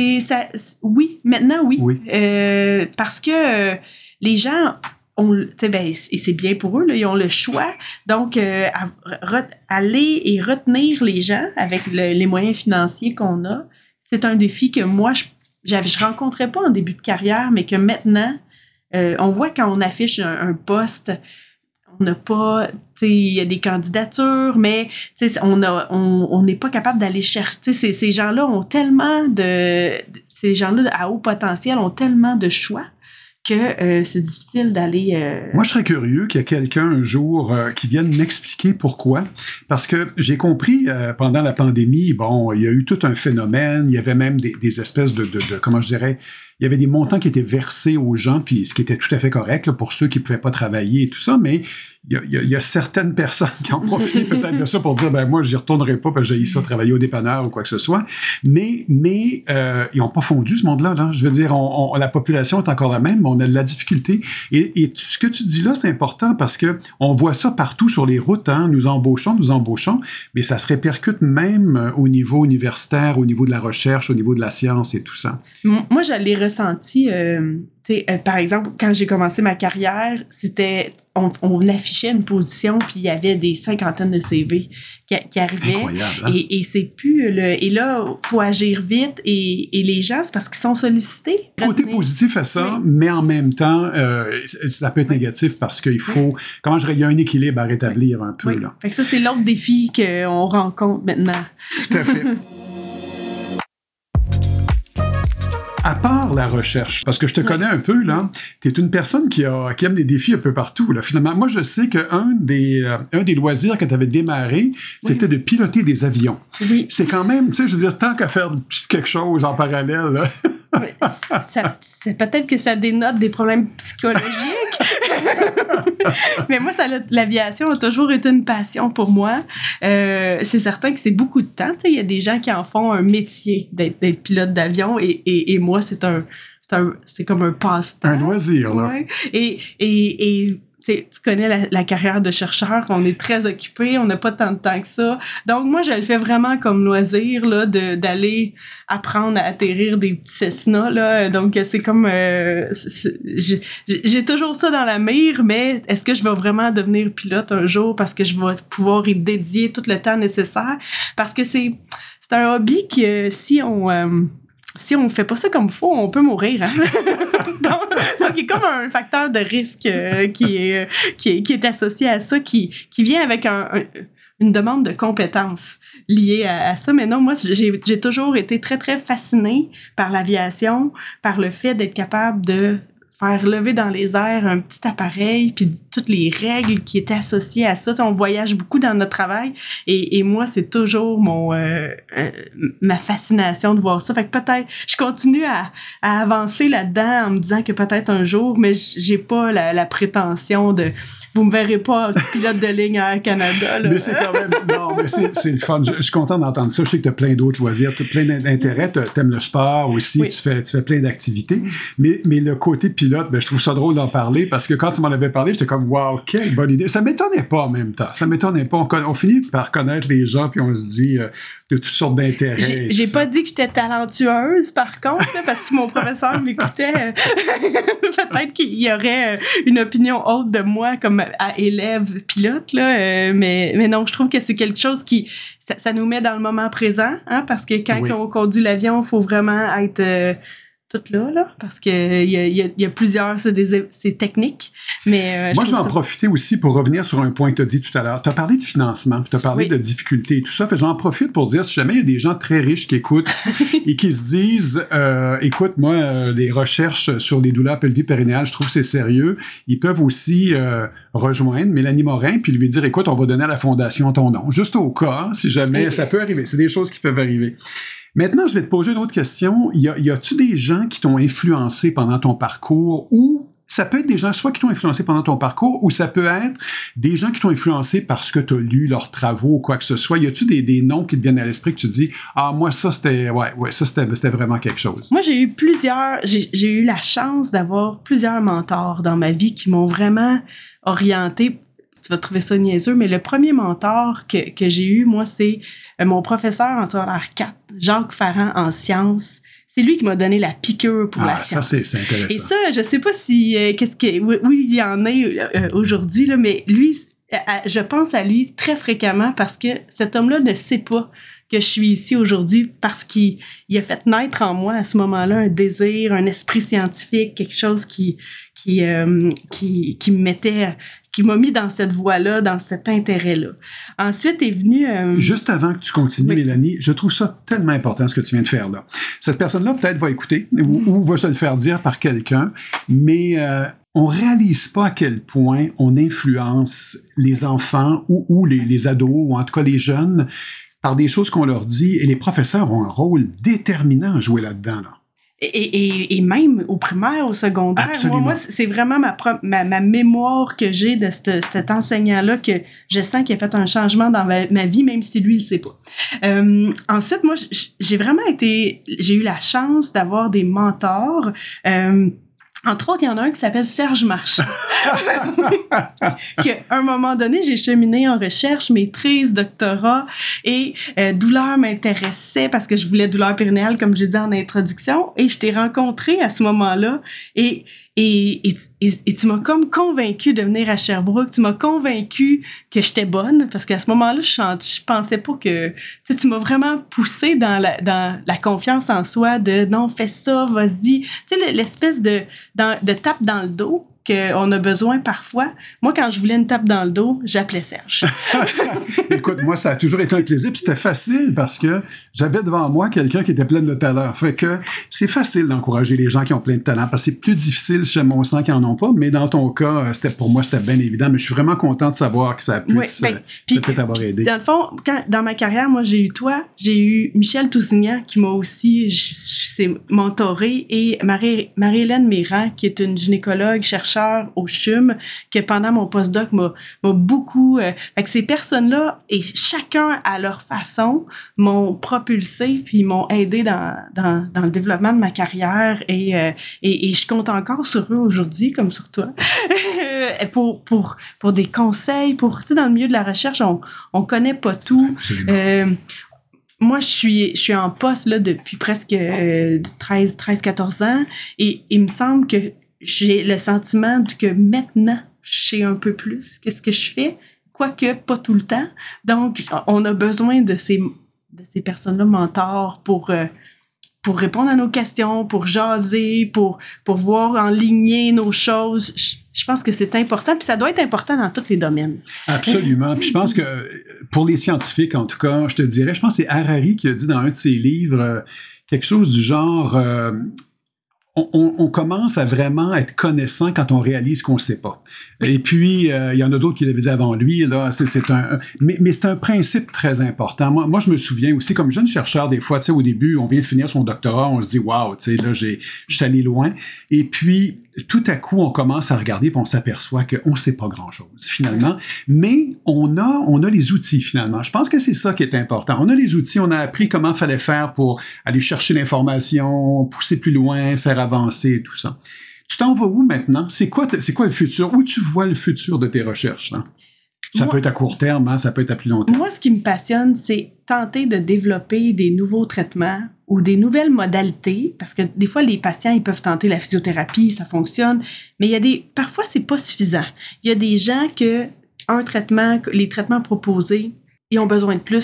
Oui, maintenant, oui. Parce que les gens et c'est bien pour eux, là, ils ont le choix. Donc, aller et retenir les gens avec les moyens financiers qu'on a, c'est un défi que moi, je rencontrais pas en début de carrière, mais que maintenant, on voit quand on affiche un poste, on n'a pas, il y a des candidatures, mais on n'est pas capable d'aller chercher. Ces gens-là ont tellement ces gens-là à haut potentiel ont tellement de choix que c'est difficile d'aller... Moi, je serais curieux qu'il y ait quelqu'un un jour qui vienne m'expliquer pourquoi. Parce que j'ai compris, pendant la pandémie, bon, il y a eu tout un phénomène, il y avait même des espèces de comment je dirais, il y avait des montants qui étaient versés aux gens, puis ce qui était tout à fait correct là, pour ceux qui ne pouvaient pas travailler et tout ça, mais il y a certaines personnes qui ont profité peut-être de ça pour dire, ben moi, j'y retournerai pas parce que j'ai ça travailler au dépanneur ou quoi que ce soit. Mais ils n'ont pas fondu, ce monde-là. Là. Je veux dire, la population est encore la même, mais on a de la difficulté. Et ce que tu dis là, c'est important parce que on voit ça partout sur les routes. Hein, nous embauchons, mais ça se répercute même au niveau universitaire, au niveau de la recherche, au niveau de la science et tout ça. Moi, je l'ai ressenti... par exemple, quand j'ai commencé ma carrière, on affichait une position, puis il y avait des cinquantaines de CV qui arrivaient. Incroyable, hein? Et c'est plus... et là, il faut agir vite. Et les gens, c'est parce qu'ils sont sollicités. Côté positif à ça, mais en même temps, ça peut être négatif parce qu'il faut... Comment je dirais, il y a un équilibre à rétablir un peu. Là. Fait que ça, c'est l'autre défi qu'on rencontre maintenant. Tout à fait. À part la recherche, parce que je te connais un peu, là, tu es une personne qui aime des défis un peu partout. Là. Finalement, moi, je sais qu'un des loisirs que tu avais démarré, c'était de piloter des avions. Oui. C'est quand même, tu sais, je veux dire, tant qu'à faire quelque chose en parallèle. Là. C'est peut-être que ça dénote des problèmes psychologiques. Mais moi, l'aviation a toujours été une passion pour moi. C'est certain que c'est beaucoup de temps. Il y a des gens qui en font un métier d'être pilote d'avion et moi, c'est comme un passe-temps. Un loisir, là. Ouais. Et tu connais la carrière de chercheur, on est très occupé, on n'a pas tant de temps que ça. Donc, moi, je le fais vraiment comme loisir, là, d'aller apprendre à atterrir des petits Cessna, là. Donc, c'est comme... j'ai toujours ça dans la mire, mais est-ce que je vais vraiment devenir pilote un jour parce que je vais pouvoir y dédier tout le temps nécessaire? Parce que c'est un hobby que si on fait pas ça comme il faut, on peut mourir. Hein? donc, il y a comme un facteur de risque qui est associé à ça, qui vient avec une demande de compétences liée à ça. Mais non, moi, j'ai toujours été très, très fascinée par l'aviation, par le fait d'être capable de faire lever dans les airs un petit appareil, puis toutes les règles qui étaient associées à ça. On voyage beaucoup dans notre travail, et moi, c'est toujours ma fascination de voir ça. Fait que peut-être, je continue à avancer là-dedans en me disant que peut-être un jour, mais j'ai pas la prétention de... Vous me verrez pas pilote de ligne à Air Canada. Là. Mais c'est quand même... Non, mais c'est le fun. Je suis content d'entendre ça. Je sais que tu as plein d'autres loisirs, tu as plein d'intérêts. Tu aimes le sport aussi. Oui. Tu fais plein d'activités. Mais le côté pilote, ben, je trouve ça drôle d'en parler parce que quand tu m'en avais parlé, j'étais comme « Wow, quelle bonne idée! » Ça m'étonnait pas en même temps. Ça m'étonnait pas. On finit par connaître les gens puis on se dit de toutes sortes d'intérêts. J'ai pas dit que j'étais talentueuse, par contre, là, parce que si mon professeur m'écoutait, peut-être qu'il y aurait une opinion haute de moi comme à élève pilote, là, mais non, je trouve que c'est quelque chose qui... Ça nous met dans le moment présent, hein, parce que quand on conduit l'avion, il faut vraiment être tout là, parce que il y a plusieurs, c'est technique, mais moi, je vais en profiter aussi pour revenir sur un point que tu as dit tout à l'heure. Tu as parlé de financement, tu as parlé de difficultés et tout ça. Fait que j'en profite pour dire, si jamais il y a des gens très riches qui écoutent et qui se disent, écoute, moi, les recherches sur les douleurs pelvico-périnéales, je trouve que c'est sérieux. Ils peuvent aussi rejoindre Mélanie Morin puis lui dire, écoute, on va donner à la Fondation ton nom. Juste au cas, si jamais, ça peut arriver. C'est des choses qui peuvent arriver. Maintenant, je vais te poser une autre question. Y a-tu des gens qui t'ont influencé pendant ton parcours, ou ça peut être des gens soit qui t'ont influencé pendant ton parcours, ou ça peut être des gens qui t'ont influencé parce que tu as lu leurs travaux ou quoi que ce soit. Y a-tu des noms qui te viennent à l'esprit que tu dis, ah, moi, ça, c'était vraiment quelque chose? Moi, j'ai eu la chance d'avoir plusieurs mentors dans ma vie qui m'ont vraiment orientée. Tu vas trouver ça niaiseux, mais le premier mentor que j'ai eu, moi, c'est mon professeur en secondaire 4, Jacques Farran, en sciences. C'est lui qui m'a donné la piqûre pour la science. Ça, c'est intéressant. Et ça, je sais pas si oui, il y en a aujourd'hui, là, mais lui, je pense à lui très fréquemment parce que cet homme-là ne sait pas que je suis ici aujourd'hui parce qu'il a fait naître en moi à ce moment-là un désir, un esprit scientifique, quelque chose qui m'a mis dans cette voie-là, dans cet intérêt-là. Ensuite est venu... Juste avant que tu continues, Mélanie, je trouve ça tellement important ce que tu viens de faire là. Cette personne-là peut-être va écouter ou va se le faire dire par quelqu'un, mais on réalise pas à quel point on influence les enfants ou les ados, ou en tout cas les jeunes, par des choses qu'on leur dit, et les professeurs ont un rôle déterminant à jouer là-dedans, là. Et même au primaire, au secondaire, moi c'est vraiment ma mémoire que j'ai de cet enseignant-là que je sens qu'il a fait un changement dans ma vie, même si lui, il le sait pas. Ensuite, moi, j'ai eu la chance d'avoir des mentors. Entre autres, il y en a un qui s'appelle Serge Marchand. Qu'à un moment donné, j'ai cheminé en recherche, maîtrise, doctorat, et douleur m'intéressait parce que je voulais douleur périnéale, comme j'ai dit en introduction, et je t'ai rencontré à ce moment-là, et tu m'as comme convaincu de venir à Sherbrooke, tu m'as convaincu que j'étais bonne, parce qu'à ce moment-là, je pensais pas que... Tu m'as vraiment poussé dans la confiance en soi de « non, fais ça, vas-y ». Tu sais, l'espèce de tape dans le dos qu'on a besoin parfois. Moi, quand je voulais une tape dans le dos, j'appelais Serge. Écoute, moi, ça a toujours été un plaisir. Puis c'était facile parce que j'avais devant moi quelqu'un qui était plein de talent. Fait que c'est facile d'encourager les gens qui ont plein de talent parce que c'est plus difficile si jamais on sent qu'ils en ont pas. Mais dans ton cas, pour moi, c'était bien évident. Mais je suis vraiment content de savoir que ça puisse peut-être avoir aidé. Dans le fond, dans ma carrière, moi, j'ai eu toi, j'ai eu Michel Toussignan qui m'a aussi mentoré, et Marie-Hélène Méran, qui est une gynécologue, chercheur au CHUM, que pendant mon postdoc m'a beaucoup... fait que ces personnes-là, et chacun à leur façon, m'ont propulsé puis m'ont aidé dans le développement de ma carrière, et je compte encore sur eux aujourd'hui, comme sur toi, pour des conseils, tu sais, dans le milieu de la recherche, on connaît pas tout. Moi, je suis en poste là depuis presque 13-14 ans, et il me semble que j'ai le sentiment que maintenant, je sais un peu plus qu'est-ce que je fais, quoique pas tout le temps. Donc, on a besoin de ces personnes-là, mentors, pour répondre à nos questions, pour jaser, pour voir enligner nos choses. Je pense que c'est important, puis ça doit être important dans tous les domaines. Absolument. Puis je pense que pour les scientifiques, en tout cas, je te dirais, je pense que c'est Harari qui a dit dans un de ses livres quelque chose du genre... On commence à vraiment être connaissant quand on réalise qu'on ne sait pas. Oui. Et puis, il y en a d'autres qui l'avaient dit avant lui. Là, mais c'est un principe très important. Moi, je me souviens aussi, comme jeune chercheur, des fois, tu sais, au début, on vient de finir son doctorat, on se dit, waouh, tu sais, là, je suis allé loin. Et puis, tout à coup, on commence à regarder et on s'aperçoit qu'on ne sait pas grand-chose, finalement. Mais on a les outils, finalement. Je pense que c'est ça qui est important. On a les outils, on a appris comment il fallait faire pour aller chercher l'information, pousser plus loin, faire avancer et tout ça. Tu t'en vas où maintenant? C'est quoi le futur? Où tu vois le futur de tes recherches, là? Ça peut être à court terme, hein? Ça peut être à plus long terme. Moi, ce qui me passionne, c'est tenter de développer des nouveaux traitements ou des nouvelles modalités, parce que des fois, les patients, ils peuvent tenter la physiothérapie, ça fonctionne, mais parfois, c'est pas suffisant. Il y a des gens les traitements proposés, ils ont besoin de plus. Il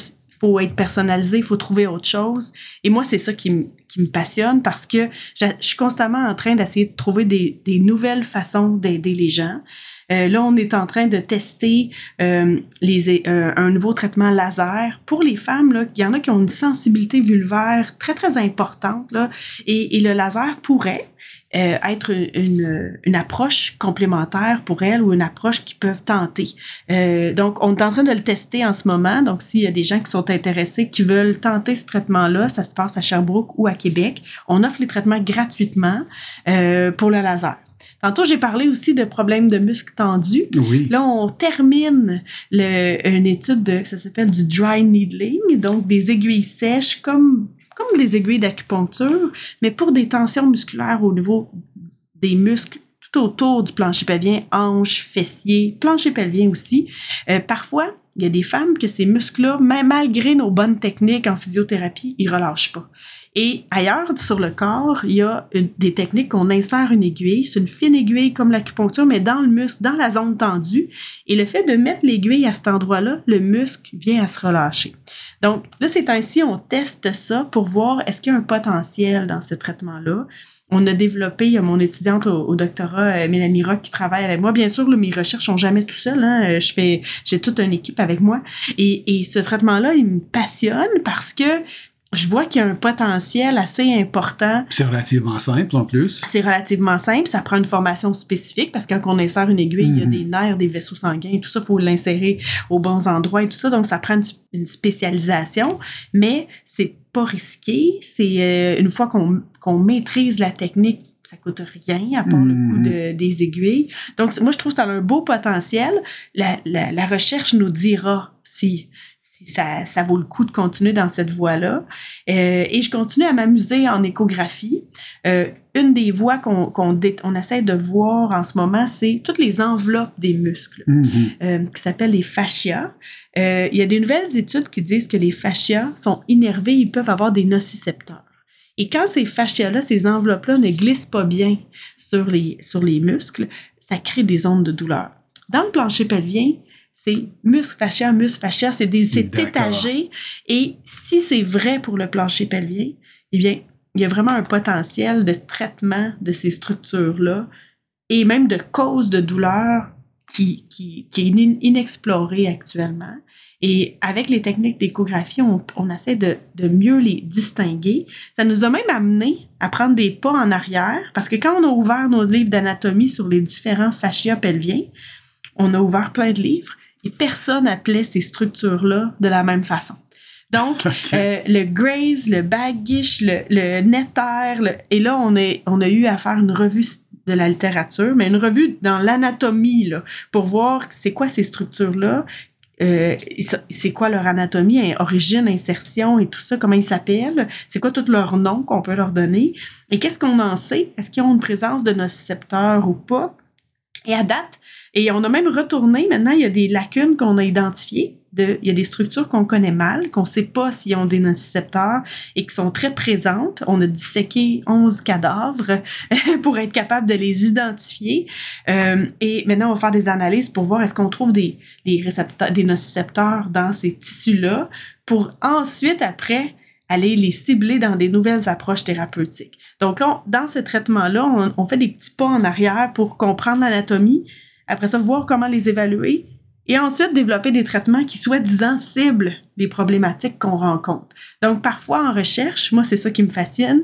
faut être personnalisé, il faut trouver autre chose. Et moi, c'est ça qui me passionne parce que je suis constamment en train d'essayer de trouver des nouvelles façons d'aider les gens. Là, on est en train de tester un nouveau traitement laser pour les femmes. Là, il y en a qui ont une sensibilité vulvaire très, très importante. Là, et le laser pourrait être une approche complémentaire pour elles ou une approche qu'ils peuvent tenter. Donc, on est en train de le tester en ce moment. Donc, s'il y a des gens qui sont intéressés, qui veulent tenter ce traitement-là, ça se passe à Sherbrooke ou à Québec. On offre les traitements gratuitement pour le laser. Tantôt, j'ai parlé aussi de problèmes de muscles tendus. Oui. Là, on termine une étude ça s'appelle du dry needling, donc des aiguilles sèches comme des aiguilles d'acupuncture, mais pour des tensions musculaires au niveau des muscles tout autour du plancher pelvien, hanches, fessiers, plancher pelvien aussi. Parfois, il y a des femmes que ces muscles-là, même malgré nos bonnes techniques en physiothérapie, ils relâchent pas. Et ailleurs, sur le corps, il y a des techniques qu'on insère une aiguille. C'est une fine aiguille comme l'acupuncture, mais dans le muscle, dans la zone tendue. Et le fait de mettre l'aiguille à cet endroit-là, le muscle vient à se relâcher. Donc, là, ces temps-ci, on teste ça pour voir est-ce qu'il y a un potentiel dans ce traitement-là. On a développé, il y a mon étudiante au doctorat, Mélanie Rock, qui travaille avec moi. Bien sûr, là, mes recherches sont jamais tout seul. Hein. J'ai toute une équipe avec moi. Et ce traitement-là, il me passionne parce que je vois qu'il y a un potentiel assez important. C'est relativement simple en plus. C'est relativement simple. Ça prend une formation spécifique parce que quand on insère une aiguille, il y a des nerfs, des vaisseaux sanguins et tout ça. Il faut l'insérer aux bons endroits et tout ça. Donc, ça prend une spécialisation. Mais c'est pas risqué. C'est une fois qu'on maîtrise la technique, ça coûte rien à part le coût des aiguilles. Donc, moi, je trouve que ça a un beau potentiel. La recherche nous dira si ça vaut le coup de continuer dans cette voie-là. Et je continue à m'amuser en échographie. Une des voies qu'on essaie de voir en ce moment, c'est toutes les enveloppes des muscles, qui s'appellent les fascias. Il y a des nouvelles études qui disent que les fascias sont innervés, ils peuvent avoir des nocicepteurs. Et quand ces fascias-là, ces enveloppes-là ne glissent pas bien sur les muscles, ça crée des ondes de douleur. Dans le plancher pelvien, c'est muscle fascia, c'est étagé. Et si c'est vrai pour le plancher pelvien, eh bien, il y a vraiment un potentiel de traitement de ces structures-là et même de cause de douleur qui est inexplorée actuellement. Et avec les techniques d'échographie, on essaie de mieux les distinguer. Ça nous a même amené à prendre des pas en arrière parce que quand on a ouvert nos livres d'anatomie sur les différents fascias pelviens, on a ouvert plein de livres. Et personne n'appelait ces structures-là de la même façon. Donc, le Graves, le Baggish, le Netter, et là, on a eu à faire une revue de la littérature, mais une revue dans l'anatomie, là, pour voir c'est quoi ces structures-là, c'est quoi leur anatomie, origine, insertion et tout ça, comment ils s'appellent, c'est quoi tous leurs noms qu'on peut leur donner, et qu'est-ce qu'on en sait, est-ce qu'ils ont une présence de nocicepteurs ou pas, et à date, et on a même retourné, maintenant, il y a des lacunes qu'on a identifiées, il y a des structures qu'on connaît mal, qu'on ne sait pas s'ils ont des nocicepteurs et qui sont très présentes. On a disséqué 11 cadavres pour être capable de les identifier. Et maintenant, on va faire des analyses pour voir est-ce qu'on trouve des nocicepteurs dans ces tissus-là pour ensuite, après, aller les cibler dans des nouvelles approches thérapeutiques. Donc là, dans ce traitement-là, on fait des petits pas en arrière pour comprendre l'anatomie, après ça, voir comment les évaluer et ensuite développer des traitements qui, soi-disant, ciblent les problématiques qu'on rencontre. Donc, parfois, en recherche, moi, c'est ça qui me fascine.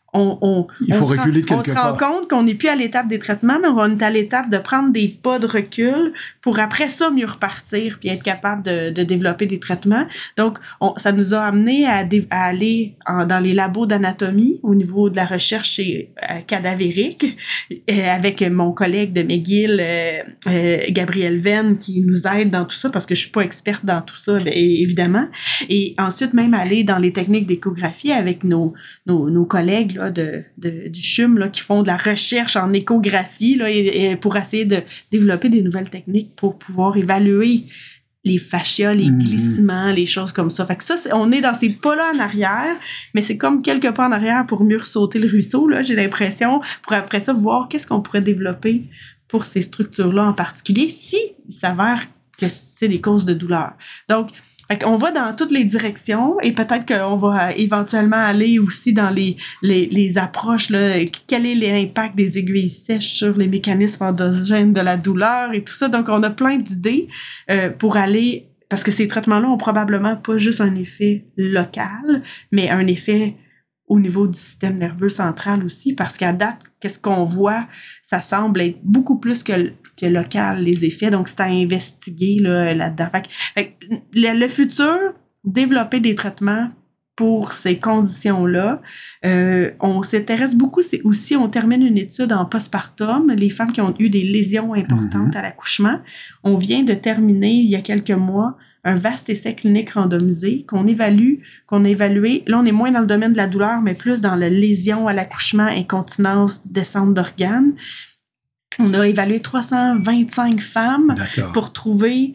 Il faut reculer de quelque part. On se rend compte qu'on n'est plus à l'étape des traitements, mais on est à l'étape de prendre des pas de recul pour après ça mieux repartir puis être capable de développer des traitements. Donc, ça nous a amené à aller dans les labos d'anatomie au niveau de la recherche cadavérique avec mon collègue de McGill, Gabriel Venn, qui nous aide dans tout ça parce que je suis pas experte dans tout ça, bien, évidemment. Et ensuite, même aller dans les techniques d'échographie avec nos collègues là, du CHUM là, qui font de la recherche en échographie là, et pour essayer de développer des nouvelles techniques pour pouvoir évaluer les fascias, les glissements, les choses comme ça. Fait que ça, on est dans ces pas-là en arrière, mais c'est comme quelques pas en arrière pour mieux sauter le ruisseau, là, j'ai l'impression, pour après ça voir qu'est-ce qu'on pourrait développer pour ces structures-là en particulier, si il s'avère que c'est des causes de douleur. Donc, Fait qu'on va dans toutes les directions et peut-être qu'on va éventuellement aller aussi dans les approches, là, quel est l'impact des aiguilles sèches sur les mécanismes endogènes de la douleur et tout ça. Donc, on a plein d'idées pour aller, parce que ces traitements-là ont probablement pas juste un effet local, mais un effet au niveau du système nerveux central aussi, parce qu'à date, qu'est-ce qu'on voit, ça semble être beaucoup plus que local, les effets. Donc, c'est à investiguer là-dedans. Fait que le futur, développer des traitements pour ces conditions-là. On s'intéresse beaucoup, c'est aussi, on termine une étude en postpartum, les femmes qui ont eu des lésions importantes à l'accouchement. On vient de terminer, il y a quelques mois, un vaste essai clinique randomisé qu'on a évalué. Là, on est moins dans le domaine de la douleur, mais plus dans la lésion à l'accouchement, incontinence, descente d'organes. On a évalué 325 femmes pour trouver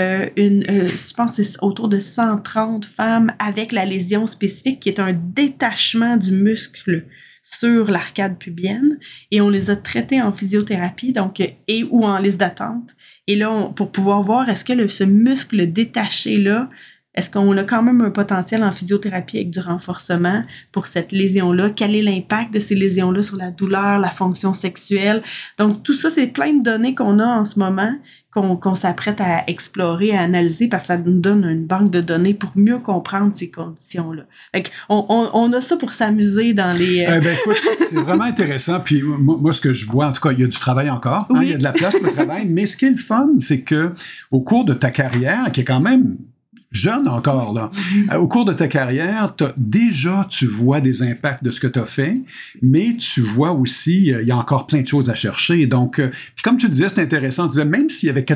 je pense que c'est autour de 130 femmes avec la lésion spécifique qui est un détachement du muscle sur l'arcade pubienne, et on les a traitées en physiothérapie ou en liste d'attente. Et là, pour pouvoir voir est-ce que ce muscle détaché-là, est-ce qu'on a quand même un potentiel en physiothérapie avec du renforcement pour cette lésion-là? Quel est l'impact de ces lésions-là sur la douleur, la fonction sexuelle? Donc, tout ça, c'est plein de données qu'on a en ce moment, qu'on s'apprête à explorer, à analyser, parce que ça nous donne une banque de données pour mieux comprendre ces conditions-là. Fait on a ça pour s'amuser dans les... écoute, c'est vraiment intéressant. Puis moi, ce que je vois, en tout cas, il y a du travail encore. Oui. Il y a de la place pour le travail. Mais ce qui est le fun, c'est que au cours de ta carrière, qui est quand même jeune encore, là. Au cours de ta carrière, tu vois des impacts de ce que tu as fait, mais tu vois aussi, il y a encore plein de choses à chercher. Donc, puis comme tu le disais, c'est intéressant. Tu disais, même s'il y avait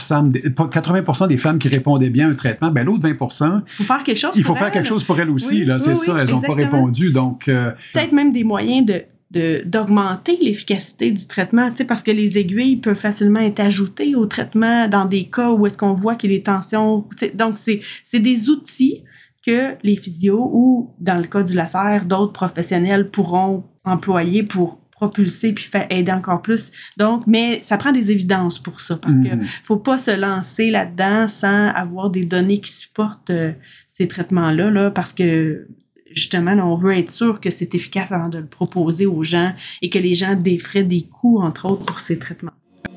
80% des femmes qui répondaient bien à un traitement, ben l'autre 20%, il faut faire quelque chose pour elles aussi. Oui, là, c'est ça, elles n'ont pas répondu. Donc, peut-être même des moyens d'augmenter l'efficacité du traitement, tu sais, parce que les aiguilles peuvent facilement être ajoutées au traitement dans des cas où est-ce qu'on voit qu'il y a des tensions. Donc, c'est des outils que les physios ou, dans le cas du laser, d'autres professionnels pourront employer pour propulser puis aider encore plus. Donc, mais ça prend des évidences pour ça, parce que faut pas se lancer là-dedans sans avoir des données qui supportent ces traitements-là, là, parce que justement, là, on veut être sûr que c'est efficace avant de le proposer aux gens et que les gens défraient des coûts, entre autres, pour ces traitements.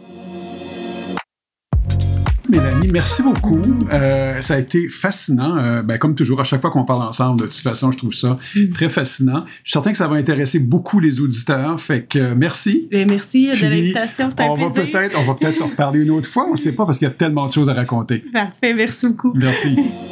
Mélanie, merci beaucoup. Ça a été fascinant. Comme toujours, à chaque fois qu'on parle ensemble, de toute façon, je trouve ça très fascinant. Je suis certain que ça va intéresser beaucoup les auditeurs. Fait que merci. Bien, merci de l'invitation. C'était un plaisir. On va peut-être se reparler une autre fois. On ne sait pas parce qu'il y a tellement de choses à raconter. Parfait. Merci beaucoup. Merci.